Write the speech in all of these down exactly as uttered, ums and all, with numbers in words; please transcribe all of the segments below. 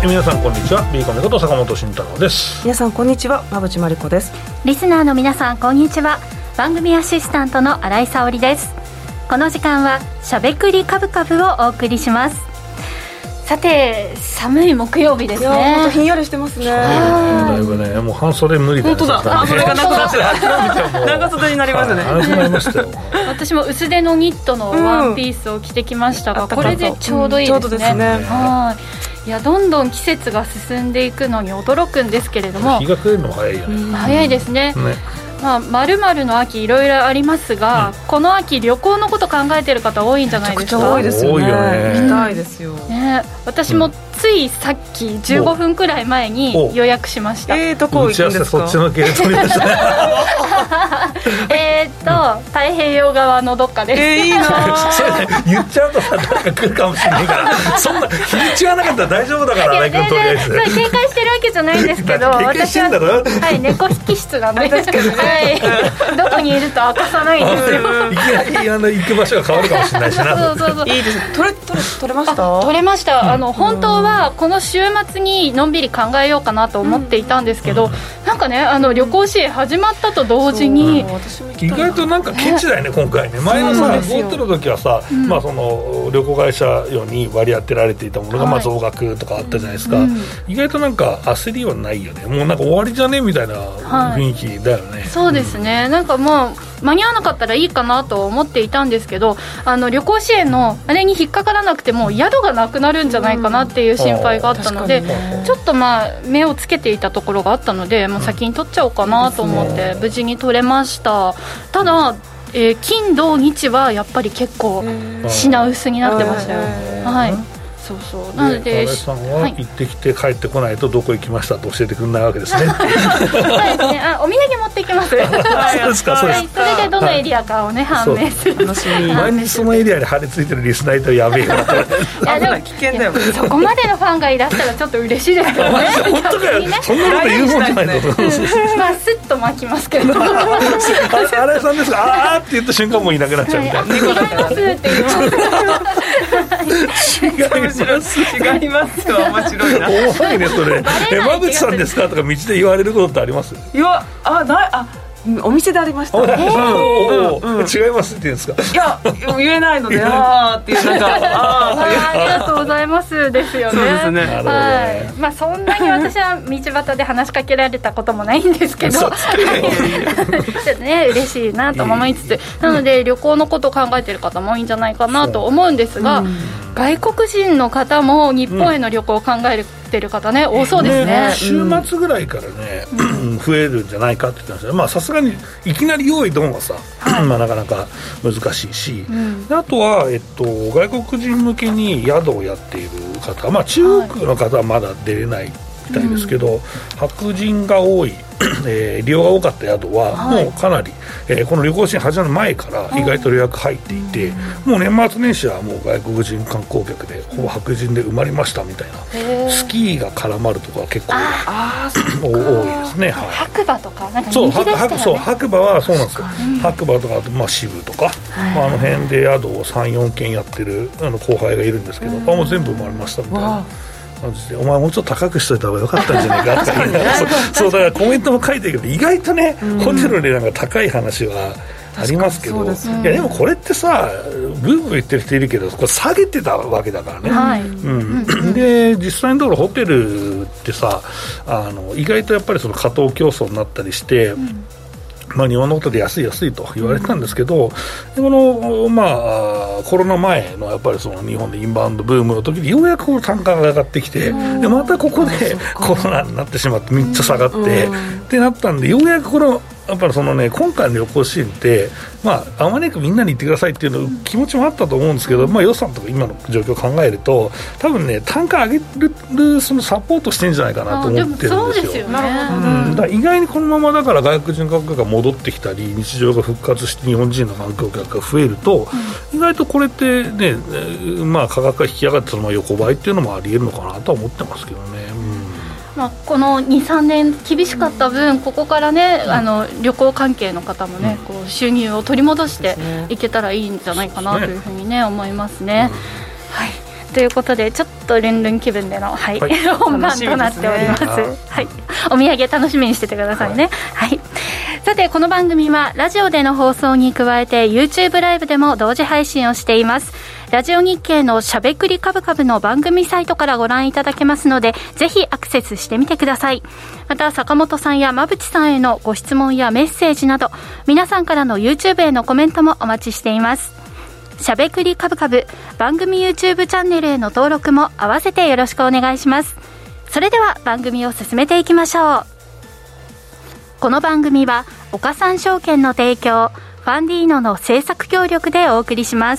皆さんこんにちは。ビーコネこと坂本慎太郎です。 皆さんこんにちは。馬淵真理子です。 リスナーの皆さんこんにちは。番組アシスタントの新井沙織です。この時間はしゃべくりカブカブをお送りします。さて寒い木曜日ですね。いや本当ひんやりしてますね。 だいぶね、もう半袖無理だよね。 本当だ、半袖がなくなって長袖になりますね。 長袖になりましたよ。 私も薄手のニットのワンピースを着てきましたが、うん、これでちょうどいいですね、うん、ちょうどですね。はい、いやどんどん季節が進んでいくのに驚くんですけれども、 日が暮れるのも早いよね、 うん、早いですね。ね、まあ、〇〇の秋いろいろありますが、うん、この秋旅行のこと考えてる方多いんじゃないですか。 めちゃくちゃ多いですよね。 多いよね。 行きたいですよ、 ね、私もついさっきじゅうごふんくらい前に予約しました。 えー、どこ行くんですか。 そっちの系取りましたえっと太平洋側のどっかです。 えー、いいなそれ、ね、言っちゃうとさ誰か来るかもしれないからそんな日にちがなかったら大丈夫だから。 いや全然警戒してるわけじゃないんですけど私は、はい、猫引室なんで確かに、はい、どこにいると明かさないんですよ。 いきなりあの行く場所が変わるかもしれないしな。 そうそうそういいです。取れ取れ取れました。 取れました、うん、あの本当はこの週末にのんびり考えようかなと思っていたんですけど、うん、なんかねあの旅行支援始まったと同時に、 意外となんかケチだよね、今回ね。前のさ GoTo の時はさ、うん、まあ、その旅行会社用に割り当てられていたものがまあ増額とかあったじゃないですか、はい、うん、意外となんか焦りはないよね。もうなんか終わりじゃねみたいな雰囲気だよね、はい、 そうですね、うん、なんかもう間に合わなかったらいいかなと思っていたんですけど、あの旅行支援のあれに引っかからなくても宿がなくなるんじゃないかなっていう心配があったので、うん、ちょっとまあ目をつけていたところがあったので、もう先に取っちゃおうかなと思って無事に取れました。ただ、えー、金土日はやっぱり結構品薄になってましたよ。はい、そうそう。なので新井さんは行ってきて帰ってこないとどこ行きましたと教えてくれないわけですね。 そうですね。あ、お土産持ってきます。そうですか。そうです。 それでどのエリアかをね、はい、判明する。楽しみ。 毎日そのエリアに張り付いてるリスナーとやべえよ。 いやでも危険だよ。そこまでのファンがいらしたらちょっと嬉しいですけどね。 本当かよ。そんなこと言うもんじゃないの。 まあスッと巻きますけど。 新井さんですが、あーって言った瞬間もういなくなっちゃうみたいな。 違いますって言います。 違います違いますよ。面白いな。 怖いねそれ。え、馬淵さんですかとか道で言われることってあります？ いや、あ、ない、あ、お店でありました。 えーうんうん、違いますって言うんですか。 いや言えないのであーっていうなんかあーありがとうございますですよね。 そうですね。 はい。まあそんなに私は道端で話しかけられたこともないんですけど、ちょっとね嬉しいなと思いつつ、なので旅行のことを考えている方も多いんじゃないかなと思うんですが、うん、外国人の方も日本への旅行を考えるてる方ね、多そうですね。 ね、週末ぐらいからね、うん、増えるんじゃないかって言ってましたね。まあさすがにいきなり用意ドンはさ、はい、まあなかなか難しいし、うん、あとは、えっと、外国人向けに宿をやっている方、まあ中国の方はまだ出れないみたいですけど、はい、白人が多いえー、利用が多かった宿はもうかなり、はい、えー、この旅行支援始まる前から意外と予約入っていて、はい、もう年末年始はもう外国人観光客でほぼ白人で埋まりましたみたいな、スキーが絡まるところは結構多いですね。はい、 白馬とかなんかそう人気でしたよね。 そう白馬はそうなんですよ。白馬とかあとまあ渋とか、はい、まあ、あの辺で宿を さん,よん 軒やってるあの後輩がいるんですけど、あもう全部埋まりましたみたいな。お前もうちょっと高くしといた方が良かったんじゃないかとか言いながらそう、そうだからコメントも書いてるけど意外とね、うん、ホテルの値段が高い話はありますけど、で、ね、いやでもこれってさブーブー言ってる人いるけどこれ下げてたわけだからね、はい、うんうん、で実際のところホテルってさあの意外とやっぱりその過当競争になったりして、うん、まあ、日本のことで安い安いと言われてたんですけど、うん、この、まあ、コロナ前のやっぱりその日本でインバウンドブームの時にようやくこの単価が上がってきて、でまたここでコロナになってしまってめっちゃ下がって、うん、ってなったんでようやくこのやっぱりそのね今回の旅行支援ってまああまねくみんなに行ってくださいっていうの気持ちもあったと思うんですけど、まあ予算とか今の状況を考えると多分ね単価上げるそのサポートしてるんじゃないかなと思ってるんですよ。 そうですよね。 うん、だから意外にこのままだから外国人観光客が戻ってきたり日常が復活して日本人の観光客が増えると、うん、意外とこれってね、まあ価格が引き上がってそのまま横ばいっていうのもあり得るのかなとは思ってますけどね。うん、 まあ、この に,さん 年厳しかった分ここからね、うん、あの旅行関係の方もね、うん、こう収入を取り戻していけたらいいんじゃないかなというふうにね思いますね、うん、はい。 ということでちょっとルンルン気分での、はいはい、本番となっております、はい、お土産楽しみにしててくださいね、はいはい、さてこの番組はラジオでの放送に加えて YouTube ライブでも同時配信をしています。ラジオ日経のしゃべくりカブカブの番組サイトからご覧いただけますので、ぜひアクセスしてみてください。また坂本さんや馬淵さんへのご質問やメッセージなど、皆さんからの YouTube へのコメントもお待ちしています。しゃべくりカブカブ番組 YouTube チャンネルへの登録も合わせてよろしくお願いします。それでは番組を進めていきましょう。この番組は岡三証券の提供、ファンディーノの制作協力でお送りします。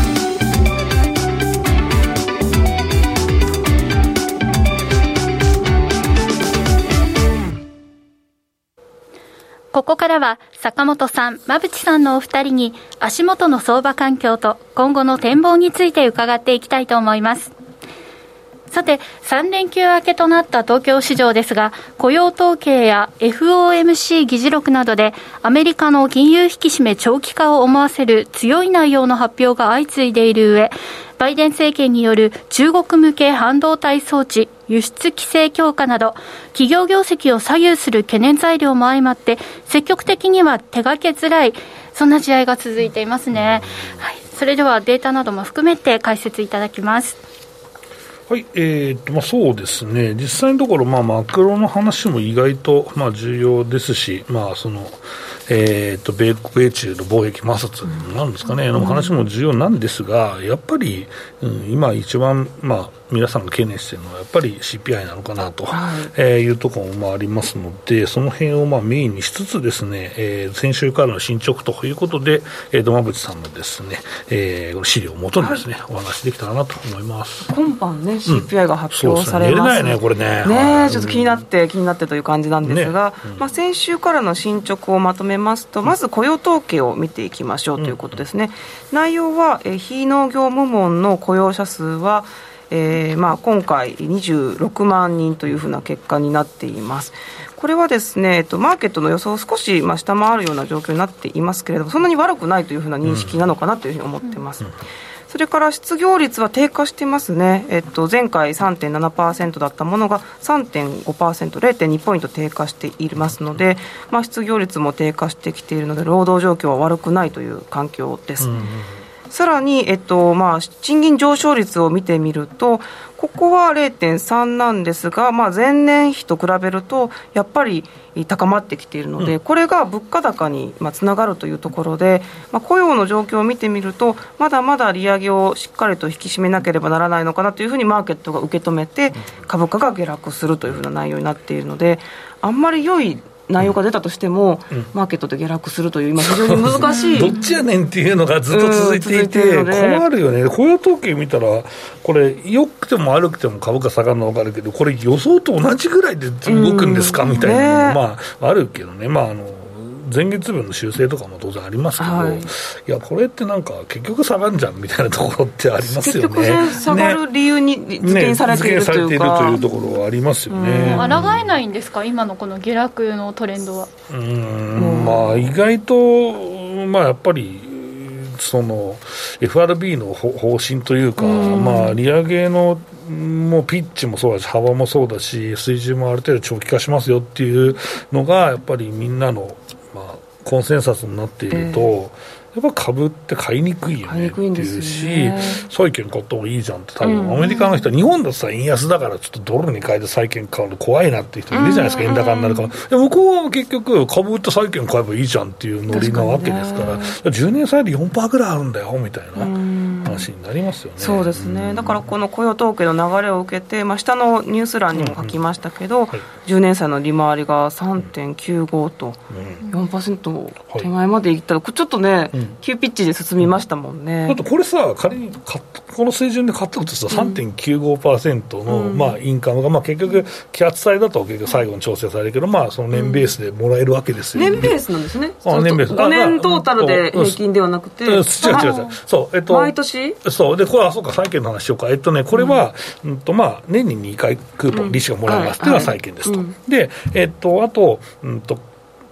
ここからは坂本さん、馬淵さんのお二人に足元の相場環境と今後の展望について伺っていきたいと思います。さてさん連休明けとなった東京市場ですが、雇用統計や エフオーエムシー 議事録などでアメリカの金融引き締め長期化を思わせる強い内容の発表が相次いでいる上、バイデン政権による中国向け半導体装置輸出規制強化など企業業績を左右する懸念材料も相まって、積極的には手がけづらい、そんな試合が続いていますね、はい、それではデータなども含めて解説いただきます。 はい、えーとまあ、そうですね、実際のところ、まあ、マクロの話も意外と、まあ、重要ですし、まあそのえー、と 米, 米中の貿易摩擦なんですかね、の話も重要なんですが、やっぱり、うん、今一番、まあ、皆さんが懸念しているのはやっぱり シーピーアイ なのかなと、はいえー、いうところもありますので、その辺をまあメインにしつつですね、えー、先週からの進捗ということで、えー、馬淵さんのですね、えー、この資料をもとにですね、はい、お話しできたらなと思います。 今晩ね シーピーアイ が発表されます、うん、そうですね、寝れないねこれね、 ね、 ちょっと気になって気になってという感じなんですが、ねうんまあ、先週からの進捗をまとめますと、まず雇用統計を見ていきましょうということですね、うん、内容は、えー、非農業部門の雇用者数はえーまあ、今回にじゅうろくまんにんというふうな結果になっています。これはですね、えっと、マーケットの予想を少し、まあ、下回るような状況になっていますけれども、そんなに悪くないというふうな認識なのかなというふうに思っています、うんうん、それから失業率は低下してますね、えっと、前回 さんてんななパーセント だったものが さんてんごパーセント、れいてんに ポイント低下していますので、まあ、失業率も低下してきているので労働状況は悪くないという環境です、うんうん、さらに、えっとまあ、賃金上昇率を見てみると、ここは れいてんさん なんですが、まあ、前年比と比べるとやっぱり高まってきているので、うん、これが物価高にまあつながるというところで、まあ、雇用の状況を見てみるとまだまだ利上げをしっかりと引き締めなければならないのかなというふうにマーケットが受け止めて株価が下落するというふうな内容になっているので、あんまり良い内容が出たとしても、うん、マーケットで下落するという今非常に難しいどっちやねんっていうのがずっと続いていて、うん、困るよね。雇用統計見たらこれ良くても悪くても株価下がるの分かるけど、これ予想と同じぐらいで動くんですか、うん、みたいなのも、まあ、あるけどね、まああの前月分の修正とかも当然ありますけど、はい、いやこれってなんか結局下がるんじゃんみたいなところってありますよね。 結局下がる理由に付見されているというか、ね、付見されているというところはありますよね。 抗えないんですか今のこの下落のトレンドは。 うーん、まあ意外と、まあ、やっぱりその エフアールビー の方針というか、まあ、利上げのもうピッチもそうだし幅もそうだし水準もある程度長期化しますよっていうのがやっぱりみんなのまあ、コンセンサスになっていると、えー、やっぱ株って買いにくいよねっていうし、債券買った方がいいじゃんって多分、うん、アメリカの人は日本だとさ円安だからちょっとドルに変えて債券買うの怖いなっていう人いるじゃないですか、うん、円高になるから。で向こうは結局株売って債券買えばいいじゃんっていうノリなわけですから、からじゅうねん債で よんパーセント ぐらいあるんだよみたいな話になりますよね、うん、 そうですね。だからこの雇用統計の流れを受けて、まあ、下のニュース欄にも書きましたけど、うんはい、じゅうねん債の利回りが さんてんきゅうご と よんパーセント 手前までいったらちょっとね、うん、急ピッチで進みましたもんね。 だってこれさ仮にこの水準で買ったことさ、うん、さんてんきゅうごパーセント の、うんまあ、インカムが、まあ、結局期圧債だと結局最後に調整されるけど、まあ、その年ベースでもらえるわけですよ、 ねうん、年ベースなんですね。 あ年ベースごねんトータルで平均ではなくて、うん、違う違う違うそう、えっと、 毎年そうでこれはそうか債券の話しようか。えっとねこれは、うんとまあ、年ににかいクーポン利子がもらえます、うん、というのは債券ですと、うん、で、えっと、あと、うんと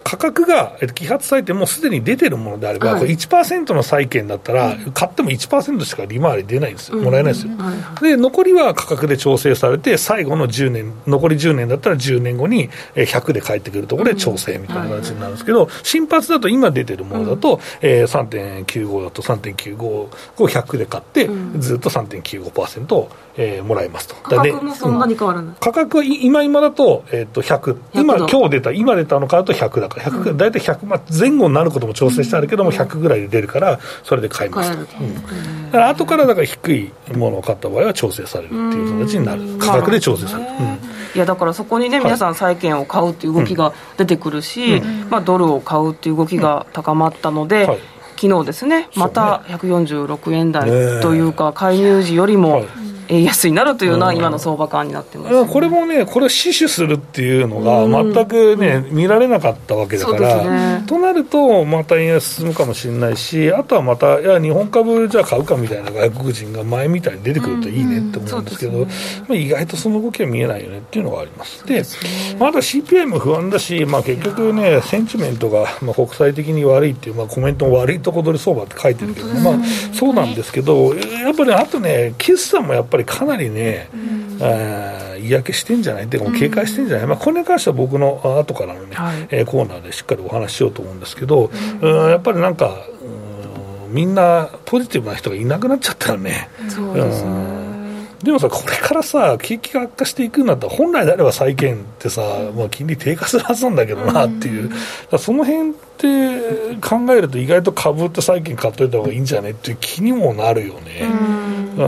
価格が揮発されてもうすでに出てるものであれば、はい、これ いちパーセント の債券だったら、うん、買っても いちパーセント しか利回り出ないんですよ、もらえないですよ、うんはいはい、で残りは価格で調整されて最後のじゅうねん残りじゅうねんだったらじゅうねんごにひゃくで返ってくるところで調整みたいな形になるんですけど、うんはいはい、新発だと今出てるものだと、うんえー、さんてんきゅうご だと さんてんきゅうご をひゃくで買って、うん、ずっと さんてんきゅうごパーセントえー、もらえますと。 価格もそんなに変わらない。 価格は今今だと、えー、とひゃく、今今日出た今出たの買うとひゃくだからひゃく、うん、だいたいひゃく、まあ、前後になることも調整してあるけども、うん、ひゃくぐらいで出るからそれで買いますと、うん、だから後からだから低いものを買った場合は調整されるっていう形になる、価格で調整される、うん、 いやだからそこにね、はい、皆さん債券を買うっていう動きが出てくるし、うんまあ、ドルを買うっていう動きが高まったので、うんはい昨日ですねまたひゃくよんじゅうろくえん台というか、介入時よりも円安になるというような今の相場感になってます、ね、 これもねこれ死守するっていうのが全くね、うん、見られなかったわけだから、ね、となるとまた円安進むかもしれないし、あとはまたいや日本株じゃあ買うかみたいな外国人が前みたいに出てくるといいねって思うんですけど、うんうんねまあ、意外とその動きは見えないよねっていうのがあります。で、まだ シーピーアイ も不安だし、まあ、結局ねセンチメントがまあ国際的に悪いっていう、まあ、コメントも悪いとこ取り相場って書いてるけど、ねまあ、そうなんですけどやっぱり、ね、あとね決算もやっぱりかなりね、うんえー、嫌気してんじゃないっていうか警戒してんじゃない、うんまあ、これに関しては僕の後からの、ねはいえー、コーナーでしっかりお話ししようと思うんですけど、うん、やっぱりなんかうんみんなポジティブな人がいなくなっちゃったよね。 そうですね、 うんでもさこれからさ景気が悪化していくんだったら本来であれば債券ってさ、まあ、金利低下するはずなんだけどなっていう、うん、その辺って考えると意外と株って債券買っといた方がいいんじゃねっていう気にもなるよね、うん、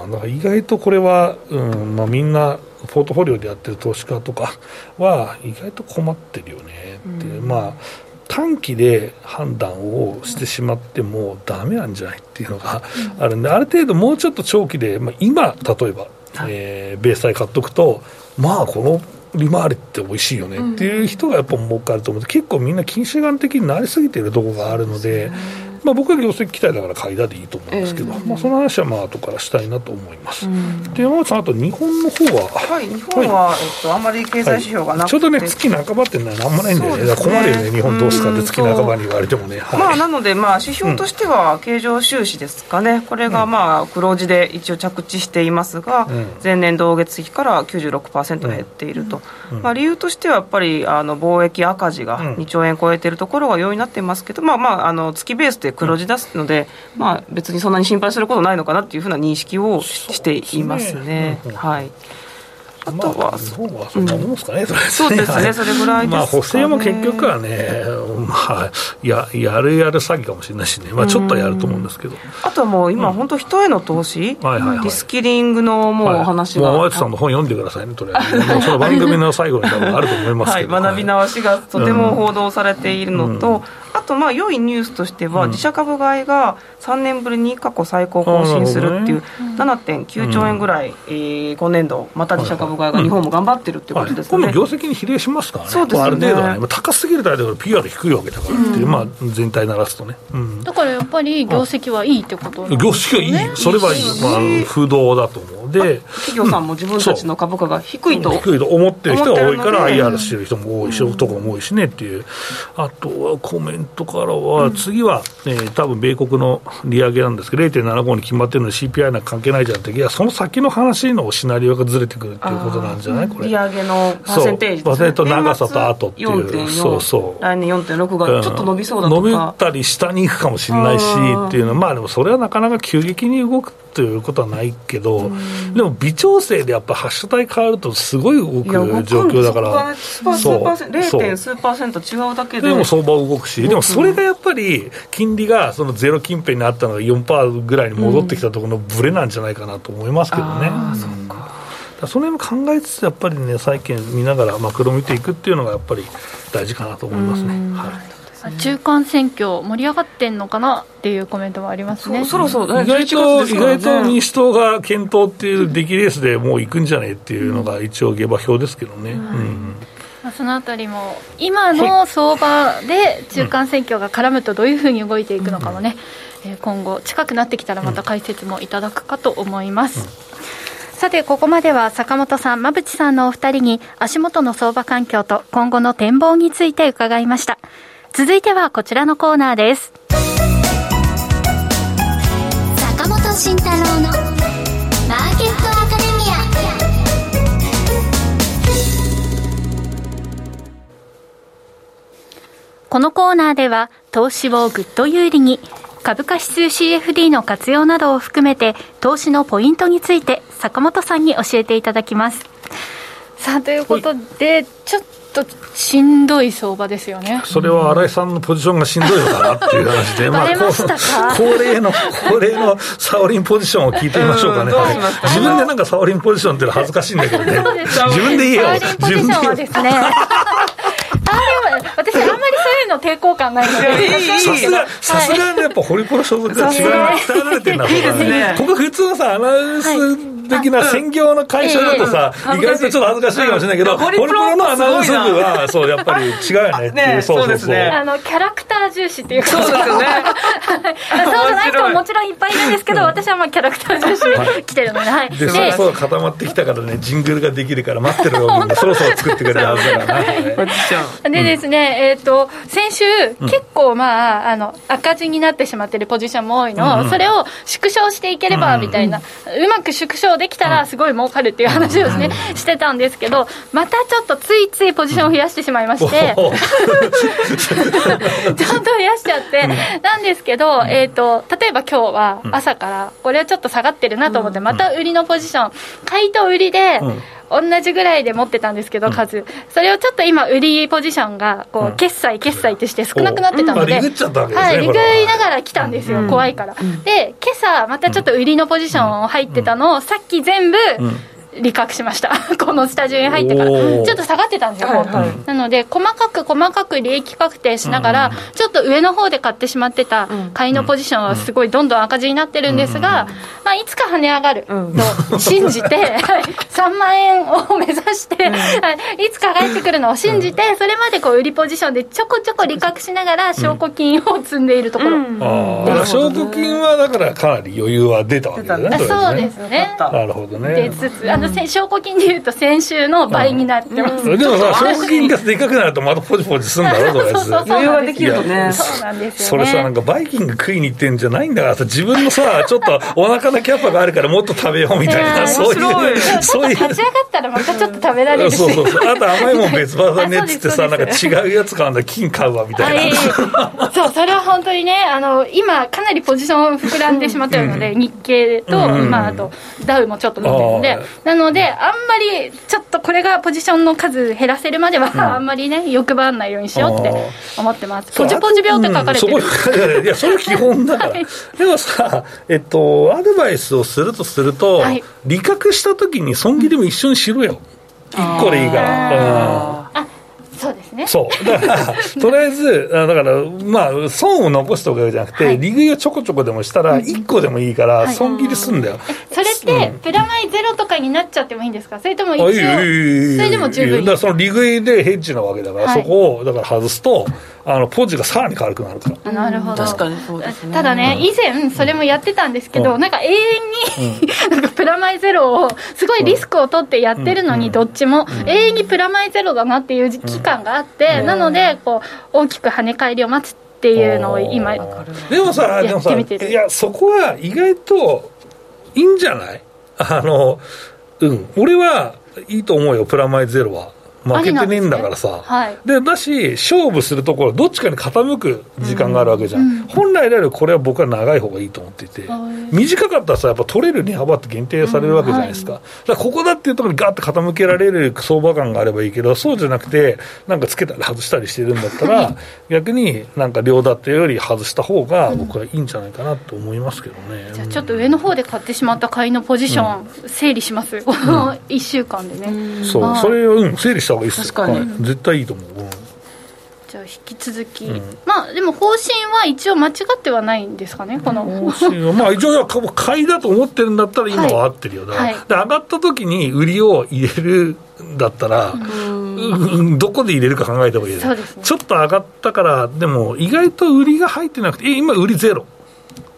うんだから意外とこれは、うんまあ、みんなポートフォリオでやってる投資家とかは意外と困ってるよねっていう、うん、まあ短期で判断をしてしまってもダメなんじゃないっていうのがあるんで、ある程度もうちょっと長期で、まあ、今例えば、えー、米債買っとくとまあこの利回りって美味しいよねっていう人がやっぱもう一回あると思う。結構みんな近視眼的になりすぎているところがあるので、まあ、僕は業績期待だから買いだでいいと思うんですけど、えーまあ、その話はまあ後からしたいなと思います、うん、で山内さんあと日本の方ははい日本は、はいえっと、あんまり経済指標がなくて、 はい、ちょうどね月半ばってなんもないんだよ ね, ね困るよね日本どうすかって月半ばに言われてもね、はい、 まあ、なので、まあ、指標としては経常収支ですかね、うん、これがまあ黒字で一応着地していますが、うん、前年同月比から きゅうじゅうろくパーセント 減っていると、うんまあ、理由としてはやっぱりあの貿易赤字がにちょうえん超えているところが要因になっていますけど、まあまあ、あの月ベースで黒字出すので、うんまあ、別にそんなに心配することないのかなというふうな認識をしていますね。はい。あとは、まあ、日本はそんなもんですかね、うん、そうですね、それぐらいですかね。まあ、補正も結局はね、まあ、や, やるやる詐欺かもしれないしね、まあ、ちょっとはやると思うんですけど、 あとはもう今、うん、本当人への投資、はいはいはい、リスキリングのもうお話が、 はい、もう山内さんの本読んでくださいね、とりあえずもうその番組の最後に多分あると思いますけど、 はい、学び直しがとても報道されているのと、うん、あとまあ良いニュースとしては、うん、自社株買いがさんねんぶりに過去最高更新するっていう、ななてんきゅうちょうえんぐらい、うんえー、今年度また自社株買いが日本も頑張ってるってことですね、 はい、今度業績に比例しますからね、 そうですね、 ある程度はね、高すぎるとあれだから ピーアール 低いわけだからっていう、うんまあ、全体ならすとね、うん、 だからやっぱり業績はいいってことなんですね。 業績はいい、それはいい、まあ、風土だと思う。で企業さんも自分たちの株価が低いと、 うん、低いと思ってる人が多いから アイアール してる人も多いし、うん、ところも多いしねっていう。あとはコメントからは、うん、次は、えー、多分米国の利上げなんですけど ゼロてんななご に決まってるのに シーピーアイ なんか関係ないじゃんって、いやその先の話のシナリオがずれてくるっていうことなんじゃないこれ。 利上げのパーセンテージですね。 そう長さと後っていう よんてんよんそうそう来年 よんてんろく がちょっと伸びそうだとか、 うん、伸びたり下に行くかもしれないしっていうのは、まあでもそれはなかなか急激に動くということはないけど、うん、でも微調整でやっぱハッシュタイ変わるとすごい動く状況だから、 そう ゼロ. 点数パーセント違うだけででも相場動くし、でもそれがやっぱり金利がそのゼロ近辺にあったのが よんパーセント ぐらいに戻ってきたところのブレなんじゃないかなと思いますけどね、うん、あそうか、 その辺も考えつつやっぱりね債券見ながらマクロ見ていくっていうのがやっぱり大事かなと思いますね、はい、 中間選挙盛り上がってんのかなっていうコメントもありますね。 そろそろ意外と、ね、意外と民主党が検討っていう出来レースでもう行くんじゃねえっていうのが一応下馬評ですけどね、うんうんまあ、そのあたりも今の相場で中間選挙が絡むとどういうふうに動いていくのかもね、うんえー、今後近くなってきたらまた解説もいただくかと思います、 さてここまでは坂本さん、馬淵さんのお二人に足元の相場環境と今後の展望について伺いました。続いてはこちらのコーナーです。 坂本慎太郎のマーケットアカデミア。このコーナーでは投資をぐっと有利に、株価指数 シーエフディー の活用などを含めて投資のポイントについて坂本さんに教えていただきます。さあということで、ちょっとしんどい相場ですよね。 それは新井さんのポジションがしんどいのかなっていう話で、 バレましたか。 恒例の恒例のサオリンポジションを聞いてみましょうかね。はい、自分でなんかサオリンポジションっていうのは恥ずかしいんだけどね。自分で言えよ。 サオリンポジションはですね私あんまりそういうの抵抗感ないのでさすがさすがにやっぱホリプロ所属が違う鍛えられてるんだそうだね。ここ普通のさアナウンス的な専業の会社だとさ、意外とちょっと恥ずかしいかもしれないけど、ホリプロのアナウンス部はそうやっぱり違うよねっていう、そうそうそう、 あのキャラクター重視っていうか、そうですよねそうじゃない人ももちろんいっぱいいるんですけど、私はまあキャラクター重視で来てるので、はい、 でそろそろ固まってきたからね、ジングルができるから待ってるようにそろそろ作ってくれるはずだからな。 でですね、えーと先週、うん、結構まああの赤字になってしまってるポジションも多いの、うん、それを縮小していければみたいな、うん、うまく縮小できたらすごい儲かるっていう話をですね、うん、してたんですけど、またちょっとついついポジションを増やしてしまいまして、うん、ちょっと増やしちゃって、うん、なんですけど、えーと例えば今日は朝からこれはちょっと下がってるなと思ってまた売りのポジション、買いと売りで、うん同じぐらいで持ってたんですけど、数、うん、それをちょっと今売りポジションがこう、うん、決済決済ってして少なくなってたので、 リグっちゃったわけですね。 はい、リグいながら来たんですよ、うん、怖いから、うん、で今朝またちょっと売りのポジション入ってたのを、うん、さっき全部、うん利確しましたこのスタジオに入ってからちょっと下がってたんですよ、はいはい、なので細かく細かく利益確定しながら、うん、ちょっと上の方で買ってしまってた買いのポジションはすごいどんどん赤字になってるんですが、うんまあ、いつか跳ね上がると信じて、はい、さんまんえんを目指して、うんはい、いつか返ってくるのを信じて、それまでこう売りポジションでちょこちょこ利確しながら証拠金を積んでいるところ、うん、 あだから証拠金はだからかなり余裕は出たわけだね。 そうですね。 なるほどね。 でつつあの証拠金でいうと先週の倍になってます、 うん、でもさ証拠金がでかくなるとまたポジポジするんだろとかそう余裕ができるとね。 そうなんですよね。 それさなんかバイキング食いに行ってんじゃないんだからさ、自分のさちょっとお腹のキャパがあるからもっと食べようみたいな、そういうそういう立ち上がったらまたちょっと食べられるし、 そうそうそう、あと甘いもん別腹だねっつってさなんか違うやつ買うんだ金買うわみたいなそうそれは本当にね、あの今かなりポジション膨らんでしまってるので、うん、日経と、うんまあ、あとダウもちょっと乗ってるので、なのであんまりちょっとこれがポジションの数減らせるまでは、うん、あんまりね欲張らないようにしようって思ってます。ポジポジ病って書かれてる、うん、そいやそれ基本だから、はい、でもさ、えっと、アドバイスをするとすると、はい、利確した時に損切りも一緒にしろよ、うん、いっこでいいから、 あそうですね。 そうだからとりあえずだからまあ損を残した方がいいじゃなくて、はい、利食いをちょこちょこでもしたらいっこでもいいから損切りすんだよ、はい、 それってプラマイゼロとかになっちゃってもいいんですか、それとも一応それでも十分いい。 だからその利食いでヘッジなわけだから、はい、そこをだから外すとあのポジがさらに軽くなるから。 なるほど。 確かにそうですね。 ただね、以前それもやってたんですけど、うん、なんか永遠に、うん、なんかプラマイゼロをすごいリスクを取ってやってるのに、うん、どっちも、うん、永遠にプラマイゼロだなっていう期間があって、うん、なのでこう大きく跳ね返りを待つっていうのを今でもさでもさいやそこは意外といいんじゃない？あのうん俺はいいと思うよ、プラマイゼロは。負けてねえんだからさ、はい、でだし勝負するところどっちかに傾く時間があるわけじゃん、うん、本来であればこれは僕は長い方がいいと思っていて、うん、短かったらさやっぱ取れる値幅って限定されるわけじゃないですか、うんはい、だからここだっていうところにガッて傾けられる相場感があればいいけど、そうじゃなくてなんかつけたり外したりしてるんだったら逆になんか両立てより外した方が僕はいいんじゃないかなと思いますけどね、うん、 じゃあちょっと上の方で買ってしまった買いのポジション、うん、整理しますこのいっしゅうかんでね、 うん、そうそれを、うん、整理した方がいいですよ。確かに、はい、絶対いいと思う、うん、 じゃあ引き続き、うん、まあでも方針は一応間違ってはないんですかね、この方針はまあ一応買いだと思ってるんだったら今は合ってるよ、はい、だから、はい、で上がった時に売りを入れるんだったら、うん、どこで入れるか考えた方がいいです。そうですね、ちょっと上がったからでも意外と売りが入ってなくて、え今売りゼロ、 い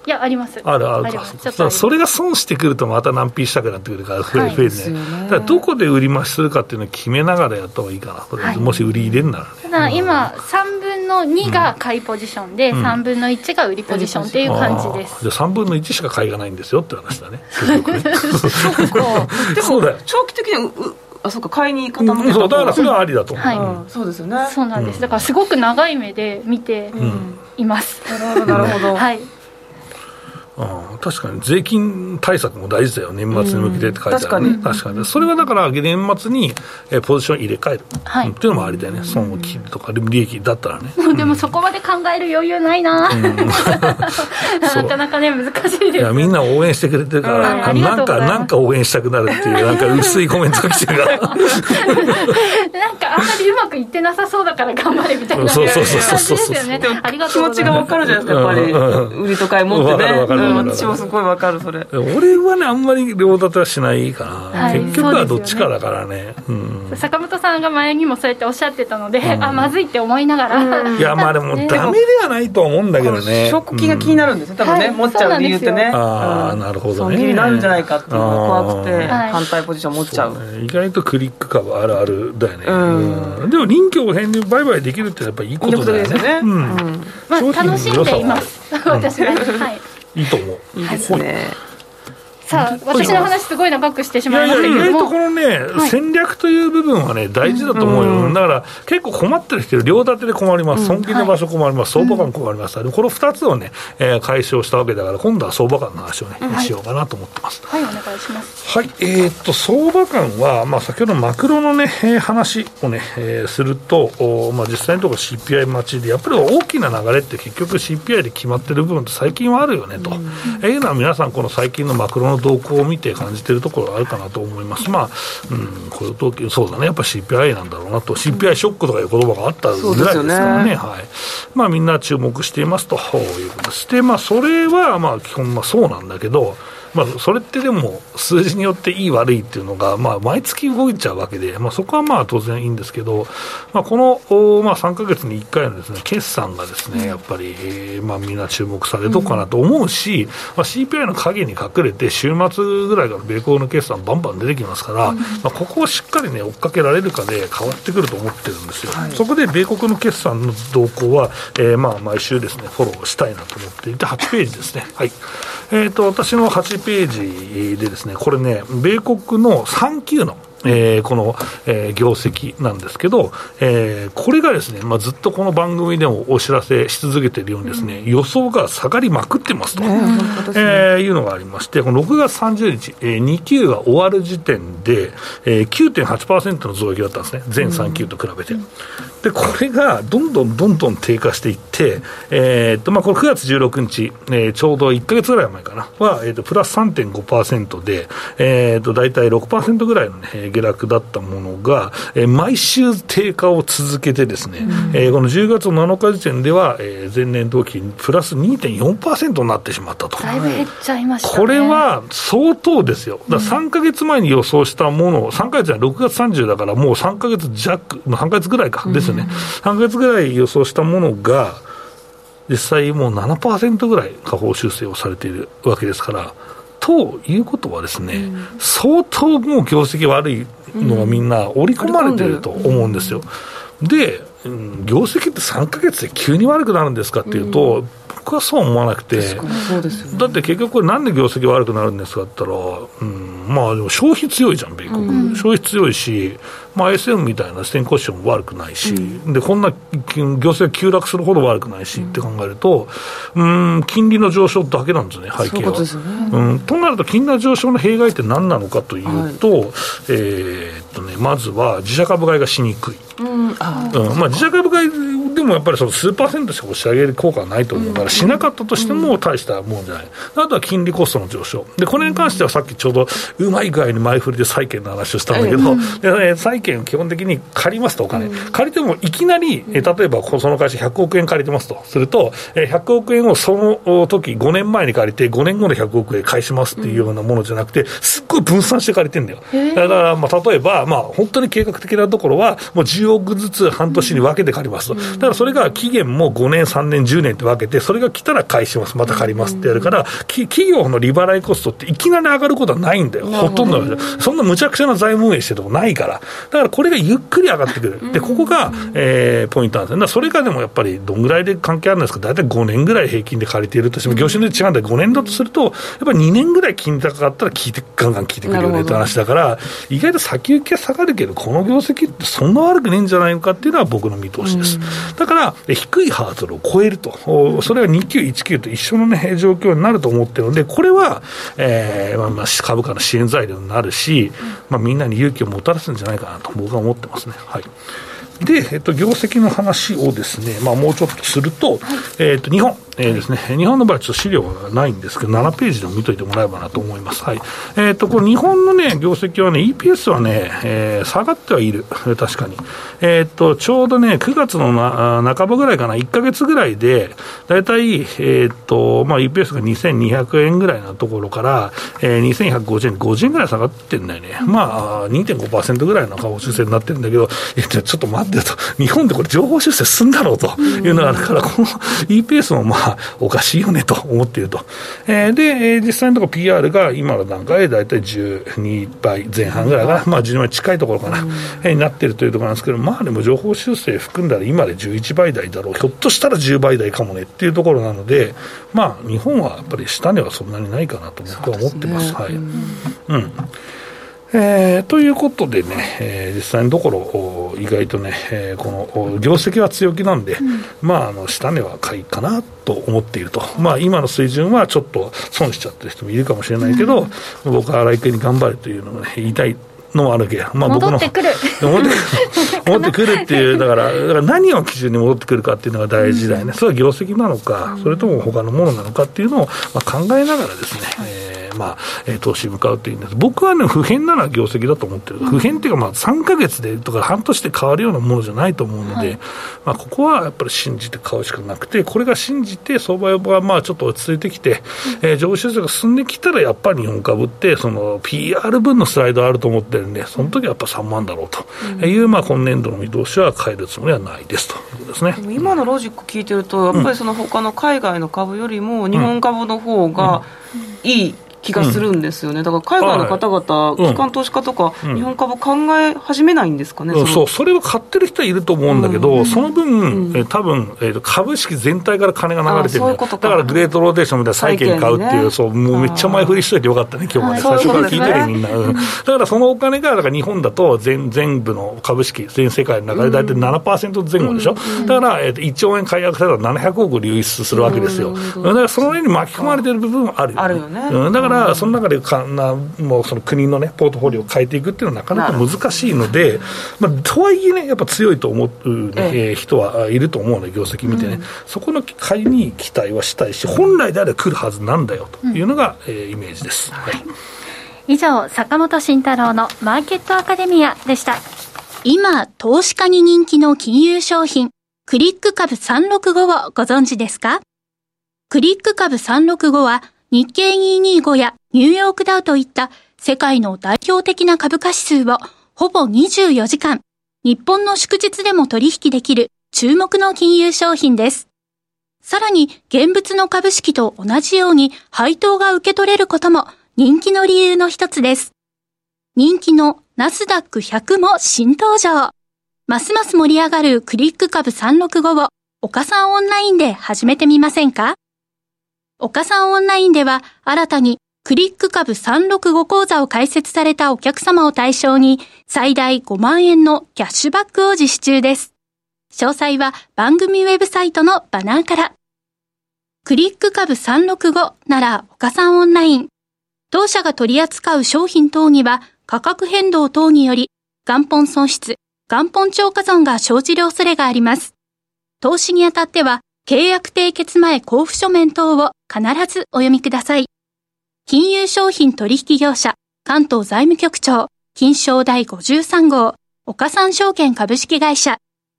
いやあります。 あるあるか。だからそれが損してくるとまた難品したくなってくるから増えるね。だからどこで売り増しするかっていうのを決めながらやった方がいいかな。これ、はい、もし売り入れるならね。 ただ今さんぶんのにが買いポジションで、うん、さんぶんのいちが売りポジションっていう感じです。 じゃあさんぶんのいちしか買いがないんですよって話だね。 そうか。でも長期的にうあそうか買いに傾けた、うん、 そうだからそれはありだと思う、 はいうん、 そうですよね。 そうなんです。だからすごく長い目で見ています。 うん、なるほどなるほど。 はい。 ああ確かに税金対策も大事だよ。年末に向けてって書いてあるね、うん、確かに確かに。それはだから年末にえポジション入れ替える、はい、っていうのもありだよね。損を切るとか利益だったらね。 もうでもそこまで考える余裕ないな、うん、なかなかね難しいです。いやみんな応援してくれてるから、うん、なんかなんか応援したくなるっていうなんか薄いコメントが来てるからなんかあんまりうまくいってなさそうだから頑張れみたいなそうそうそうそうそうですよね。ありが気持ちが分かるじゃないですかやっぱり、うん、売りと買い持ってね。分かる分かる、うん、私もすごい分かるそれ。 俺はねあんまり両立てはしないかな、はい、結局はどっちかだからね、うん、 坂本さんが前にもそうやっておっしゃってたので、うん、あまずいって思いながら、 うん、いやまあでもダメではないと思うんだけどね。 証拠金が気になるんですよ多分ね、はい、持っちゃう理由ってね。 ああなるほどね。 損切りになるんじゃないかっていうのが怖くて反対ポジション持っちゃう、 ね、意外とクリック株あるあるだよね、うんうん、でも臨機応変に売買できるってやっぱりいいことだよね。 いいことですよね、うんうんまあ、楽しんでいます私は、はい、 いいと思う。 いいですね。 さあ私の話すごい長くしてしまいましたけども、 いやいや意外とこのね、はい、戦略という部分はね大事だと思うよ、うん、だから結構困ってる人両立てで困ります、うん、損切りの場所困ります、はい、相場感困ります、うん、このふたつをね、えー、解消したわけだから今度は相場感の話をね、うん、しようかなと思ってます。 はい、はい、お願いします。 はい、えー、っと相場感は、まあ、先ほどマクロのね、えー、話をね、えー、すると、まあ、実際のところ シーピーアイ 待ちでやっぱり大きな流れって結局 シーピーアイ で決まってる部分って最近はあるよねと、うん、えー、いうのは皆さんこの最近のマクロの動向を見て感じているところがあるかなと思います。まあ、うん、雇用統計そうだねやっぱ シーピーアイ なんだろうなと、 シーピーアイ ショックとかいう言葉があったぐらいですからね、はい、まあみんな注目していますということです。でまあそれはまあ基本まあそうなんだけど、まあ、それってでも数字によっていい悪いっていうのが、まあ、毎月動いちゃうわけで、まあ、そこはまあ当然いいんですけど、まあ、この、まあ、さんかげつにいっかいのですね決算がですねやっぱり、えーまあ、みんな注目されるとこかなと思うし、うんまあ、シーピーアイ の影に隠れて週末ぐらいから米国の決算バンバン出てきますから、うんまあ、ここをしっかり、ね、追っかけられるかで変わってくると思ってるんですよ、はい、そこで米国の決算の動向は、えーまあ、毎週ですねフォローしたいなと思っていてはちページですね、はいえー、と私のはちページでですねこれね米国のさん級のえー、この、えー、業績なんですけど、えー、これがですね、まあ、ずっとこの番組でもお知らせし続けているようにですね、うん、予想が下がりまくってますと、ねえー、いうのがありまして、このろくがつさんじゅうにち、えー、に級が終わる時点で、えー、きゅうてんはちパーセント の増益だったんですね全さん級と比べて、うん、でこれがどんどんどんどん低下していって、えーっとまあ、これくがつじゅうろくにち、えー、ちょうどいっかげつぐらい前かなは、えー、とプラス さんてんごパーセント で、えー、と大体 ろくパーセント ぐらいの、ね、下落だったものが、えー、毎週低下を続けてですね、うんえー、このじゅうがつなのか時点では、えー、前年同期にプラス にてんよんパーセント になってしまったと。 だいぶ減っちゃいましたね。 これは相当ですよ。だからさんかげつまえに予想したものをさんかげつはろくがつさんじゅうだからもうさんかげつ弱さんかげつぐらいかですよね、うん、さんかげつぐらい予想したものが実際もう ななパーセント ぐらい下方修正をされているわけですから、ということはですね、うん、相当もう業績悪いのがみんな織り込まれていると思うんですよ、うん、で、うん、業績ってさんかげつで急に悪くなるんですかっていうと、うん、僕はそう思わなくて、 そうですよね、 だって結局これなんで業績悪くなるんですかって言ったら、うん、まあでも消費強いじゃん米国、うん、消費強いし、まあ、エスエム みたいなステンコションも悪くないし、うん、でこんな業績が急落するほど悪くないし、うん、って考えると、うん、金利の上昇だけなんですね背景は。そういうことですよね、うん、となると金利の上昇の弊害って何なのかというと、はい、えーっとね、まずは自社株買いがしにくい、うんあうんまあ、自社株買いでもやっぱりその数パーセントしか押し上げる効果はないと思うから、うん、しなかったとしても大したもんじゃない、うん、あとは金利コストの上昇で、これに関してはさっきちょうどうまい具合に前振りで債券の話をしたんだけど、うん、でね、債券基本的に借りますとお金、うん、借りてもいきなり、え例えばその会社ひゃくおくえん借りてますとすると、えひゃくおくえんをその時ごねんまえに借りてごねんごでひゃくおくえん返しますっていうようなものじゃなくて、すっごい分散して借りてるんだよ。だからまあ例えば、まあ、本当に計画的なところはもうじゅうおくずつ半年に分けて借りますと、 からそれが期限もごねんさんねんじゅうねんって分けて、それが来たら返しますまた借りますってやるから、企業の利払いコストっていきなり上がることはないんだよ、ほとんどのそんな無茶苦茶な財務運営してるとこないから。だからこれがゆっくり上がってくる。でここが、えー、ポイントなんですよ。だからそれがでもやっぱりどんぐらいで関係あるんですか。だいたいごねんぐらい平均で借りているとしても、業種で違うんでごねんだとするとやっぱりにねんぐらい金利高かったら効いてガンガン効いてくるよねって話だから、意外と先行きは下がるけどこの業績ってそんな悪くねえんじゃないのかっていうのは僕の見通しです。だから低いハードルを超えると、それはにきゅういちきゅうと一緒の、ね、状況になると思ってるので、これは、えーまあ、まあ株価の支援材料になるし、まあ、みんなに勇気をもたらすんじゃないかなと僕は思ってますね。はい。で、えっと、業績の話をですね、まあ、もうちょっとすると、はい、えっと、日本、えー、ですね、日本の場合、ちょっと資料がないんですけど、ななページでも見といてもらえばなと思います。はい。えっと、これ、日本のね、業績はね、イーピーエス はね、えー、下がってはいる。確かに。えっと、ちょうどね、くがつのな半ばぐらいかな、いっかげつぐらいで、だいたい、えっと、まあ、イーピーエス がにせんにひゃくえんぐらいのところから、えー、にせんひゃくごじゅうえん、ごじゅうえんぐらい下がってんだよね。まあ、にてんごパーセント ぐらいの下方修正になってるんだけど、えっと、ちょっと待って、日本でこれ情報修正すんだろうというのがあるから、この イーピーエス もまあおかしいよねと思っていると、えー、で、えー、実際のところ ピーアール が今の段階でだいたいじゅうにばいぜん半ぐらいかな、まあじゅうにばい近いところかな、えー、になっているというところなんですけど、まあでも情報修正含んだら今でじゅういちばい台だろう、ひょっとしたらじゅうばい台かもねっていうところなので、まあ日本はやっぱり下値はそんなにないかなと僕は思ってます。はい。うん。えー、ということでね、えー、実際のところ意外とね、えー、この業績は強気なんで、うん、まああの下値は買いかなと思っていると、まあ今の水準はちょっと損しちゃってる人もいるかもしれないけど、うん、僕は荒井君に頑張れというのを、ね、言いたいのもあるけど、まあ、僕の戻ってくる戻ってくる戻ってくるっていうだからだから何を基準に戻ってくるかっていうのが大事だよね、うん、それは業績なのか、うん、それとも他のものなのかっていうのを、まあ、考えながらですね、えーまあえー、投資に向かうというんです。僕はね不変なら業績だと思ってる。不変っていうか、まあ、さんかげつでとか半年で変わるようなものじゃないと思うので、はい、まあ、ここはやっぱり信じて買うしかなくて、これが信じて相場がまあちょっと落ち着いてきて、うん、えー、上昇修正が進んできたらやっぱり日本株ってその ピーアール 分のスライドあると思ってるんで、その時はやっぱさんまんだろうという、うん、まあ、今年度の見通しは変えるつもりはないですということですね。 でも今のロジック聞いてるとやっぱりその他の海外の株よりも日本株の方がいい気がするんですよね。だから海外の方々、うん、機関投資家とか、うん、日本株考え始めないんですかね。 うん、そ, そうそれを買ってる人はいると思うんだけど、うん、その分、うん、え多分、えー、株式全体から金が流れてるんだよ。だからグレートローテーションみたいな債券買うっていう、ね、そうもうめっちゃ前振りしといてよかったね今日まで、最初から聞いてる、みんな、うん、だからそのお金がだから日本だと 全, 全部の株式全世界の中で大体 ななパーセント 前後でしょ、うん、だから、えー、いっちょうえん解約されたらななひゃくおく流出するわけですよ、うん、だからその辺に巻き込まれてる部分はあるよね。 あるよね、 うん、だからその中でかなもうその国の、ね、ポートフォリオを変えていくっていうのはなかなか難しいので、まあ、とはいえねやっぱ強いと思う、ねええ、人はいると思うので業績見てね、うん、そこの買いに期待はしたいし、本来であれば来るはずなんだよというのが、うん、えー、イメージです、はい、 以上坂本慎太郎のマーケットアカデミアでした。今投資家に人気の金融商品クリック株さんろくごをご存知ですか？クリック株さんろくごは日経にひゃくにじゅうごやニューヨークダウといった世界の代表的な株価指数をほぼにじゅうよじかん、日本の祝日でも取引できる注目の金融商品です。さらに現物の株式と同じように配当が受け取れることも人気の理由の一つです。人気のナスダックひゃくも新登場。ますます盛り上がるクリック株さんろくごを岡さんオンラインで始めてみませんか？岡さんオンラインでは新たにクリック株さんろくご講座を開設されたお客様を対象に最大ごまんえんのキャッシュバックを実施中です。詳細は番組ウェブサイトのバナーから。クリック株さんろくごなら岡さんオンライン。当社が取り扱う商品等には価格変動等により元本損失、元本超過損が生じる恐れがあります。投資にあたっては契約締結前交付書面等を必ずお読みください。金融商品取引業者関東財務局長金商第ごじゅうさん号岡三証券株式会社。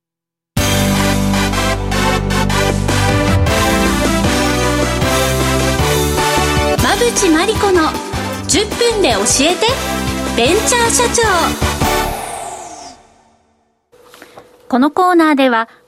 馬淵真理子のじゅっぷんで教えてベンチャー社長。このコーナーでは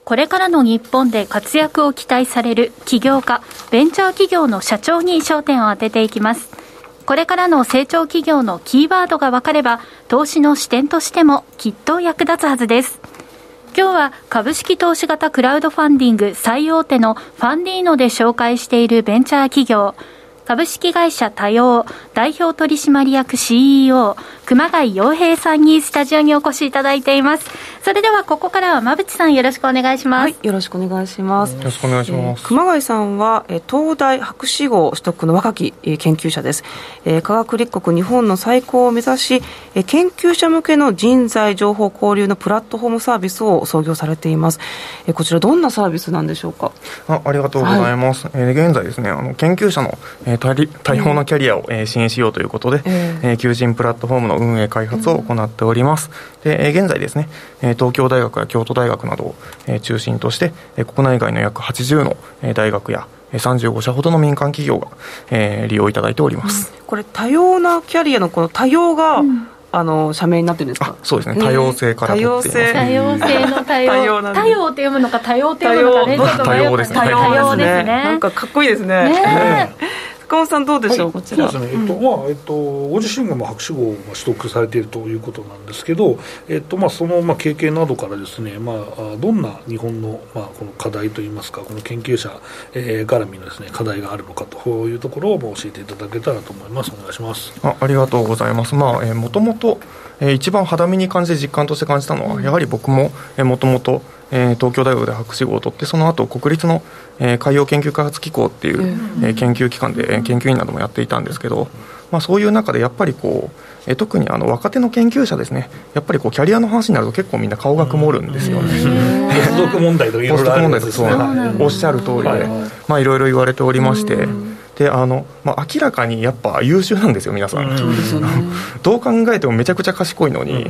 これからの日本で活躍を期待される起業家、ベンチャー企業の社長に焦点を当てていきます。これからの成長企業のキーワードが分かれば、投資の視点としてもきっと役立つはずです。今日は株式投資型クラウドファンディング最大手のファンディーノで紹介しているベンチャー企業、株式会社多様代表取締役 シーイーオー 熊谷洋平さんにスタジオにお越しいただいています。それではここからは馬渕さん、よろしくお願いします。 はい、よろしくお願いします。 よろしくお願いします。 えー、熊谷さんはえ東大博士号取得の若きえ研究者です。えー、科学立国日本の再興を目指し、え研究者向けの人材情報交流のプラットフォームサービスを創業されています。えー、こちらどんなサービスなんでしょうか。 あ、ありがとうございます。はい、えー、現在ですね、あの研究者の、えー、多様なキャリアを、えー、支援しようということで、えーえー、求人プラットフォームの運営開発を行っております。うん、で、えー、現在ですね、えー、東京大学や京都大学などを、えー、中心として、えー、国内外の約はちじゅうの、えー、大学やさんじゅうごしゃほどの民間企業が、えー、利用いただいております。 うん、これ多様なキャリアのこの多様が、うん、あの社名になってるんですか。 そうですね、多様性から取っています、ね、 多様性の多様多様って読むのか多様って読むのかね、ちょっと多様ですね。 多様ですね。なんかかっこいいですね。ね坂本さんどうでしょう。はい、こちらそうですね、えっとまあえっと、ご自身がまあ博士号を取得されているということなんですけど、えっとまあ、そのまあ経験などからですね、まあ、どんな日本のまあこの課題といいますか、この研究者、えー、絡みのですね課題があるのかというところを教えていただけたらと思います。お願いします。 あ、ありがとうございます。まあ、えー、もともと、えー、一番肌身に感じて実感として感じたのは、うん、やはり僕も、えー、もともとえー、東京大学で博士号を取って、その後国立の、えー、海洋研究開発機構っていう、うんえー、研究機関で、えー、研究員などもやっていたんですけど、まあ、そういう中でやっぱりこう、えー、特にあの若手の研究者ですね、やっぱりこうキャリアの話になると結構みんな顔が曇るんですよね。 ポスドク問題とかいろいろあるんですね。 おっしゃる通りで、はいはい、まあ、いろいろ言われておりまして、であのまあ、明らかにやっぱ優秀なんですよ皆さん、うん、どう考えてもめちゃくちゃ賢いのに、うん、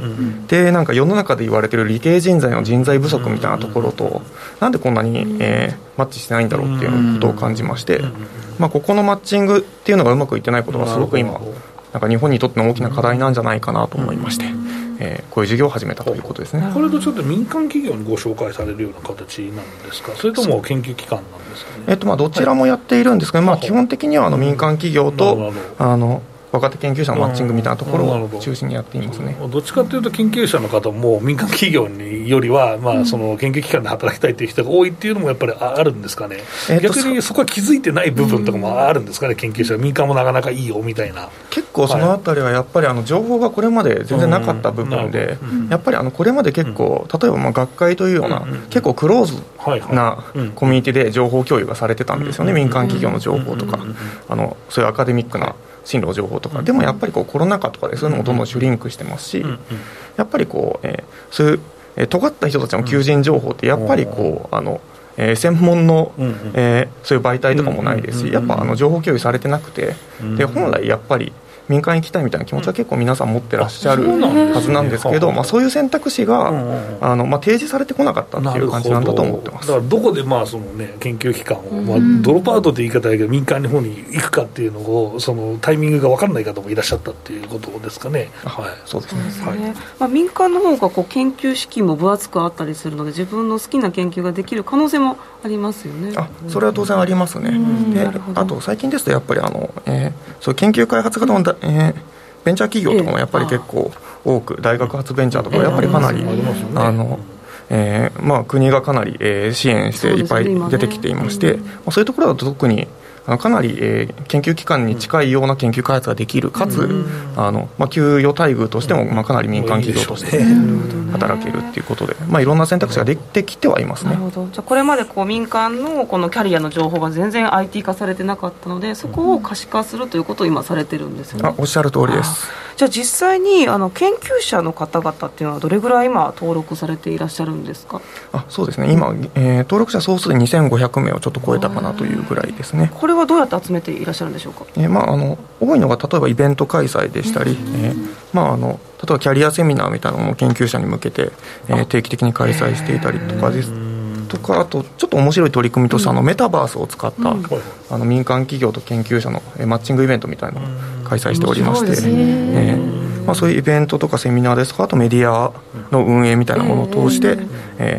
でなんか世の中で言われてる理系人材の人材不足みたいなところと、うん、なんでこんなに、えー、マッチしてないんだろうっていうことを感じまして、うん、まあ、ここのマッチングっていうのがうまくいってないことがすごく今なんか日本にとっての大きな課題なんじゃないかなと思いまして、えー、こういう事業を始めたということですね。 これとちょっと民間企業にご紹介されるような形なんですか、それとも研究機関なんですかね。 えーとまあ、どちらもやっているんですけど、はい、まあ、基本的にはあの民間企業とあの若手研究者のマッチングみたいなところを中心にやっていますね。 どっちかというと研究者の方も民間企業によりは、まあ、その研究機関で働きたいという人が多いっていうのもやっぱりあるんですかね。えー、逆にそこは気づいてない部分とかもあるんですかね、研究者民間もなかなかいいよみたいな。 結構そのあたりはやっぱりあの情報がこれまで全然なかった部分で、やっぱりあのこれまで結構例えばまあ学会というような結構クローズなコミュニティで情報共有がされてたんですよね。民間企業の情報とかあのそういうアカデミックな進路情報とかでもやっぱりこうコロナ禍とかでそういうのもどんどんシュリンクしてますし、やっぱりこう、えー、そういう、えー、尖った人たちの求人情報ってやっぱりこうあの、えー、専門の、えー、そういう媒体とかもないですし、やっぱあの情報共有されてなくて、で本来やっぱり民間行きたいみたいな気持ちは結構皆さん持ってらっしゃるはずなんですけど、まあ、そういう選択肢があの、まあ、提示されてこなかったっていう感じなんだと思ってます。 だからどこでまあその、ね、研究機関を、まあ、ドロップアウトって言い方だけど民間の方に行くかっていうのをそのタイミングが分からない方もいらっしゃったっていうことですかね。はい、 そうですね。 はい、まあ、民間の方がこう研究資金も分厚くあったりするので自分の好きな研究ができる可能性もありますよね。 あ、それは当然ありますね。であと最近ですとやっぱりあの、えー、そう研究開発型のだ、えーベンチャー企業とかもやっぱり結構多く、大学発ベンチャーとかやっぱりかなり、あの、えーまあ、国がかなり、えー、支援していっぱい出てきていまして、そういうところだと特にかなり、えー、研究機関に近いような研究開発ができる、かつ、あのまあ、給与待遇としても、まあ、かなり民間企業として働けるということで、まあ、いろんな選択肢ができてきてはいますね。 なるほど。じゃあこれまでこう民間のこのキャリアの情報が全然 アイティー 化されてなかったので、そこを可視化するということを今されてるんですよね。 あ、おっしゃる通りです。 じゃあ実際にあの研究者の方々っていうのはどれぐらい今登録されていらっしゃるんですか。 あ、そうですね、今、えー、登録者総数でにせんごひゃくめいをちょっと超えたかなというぐらいですね。 これはどうやって集めていらっしゃるんでしょうか。 えーまあ、あの多いのが例えばイベント開催でしたり、えーまあ、あの例えばキャリアセミナーみたいなのも研究者に向けて、えー、定期的に開催していたりとかですとか、あとちょっと面白い取り組みとして、うん、あのメタバースを使った、うん、あの民間企業と研究者の、えー、マッチングイベントみたいなのを開催しておりまして、えーまあ、そういうイベントとかセミナーですとか、あとメディアの運営みたいなものを通して、えー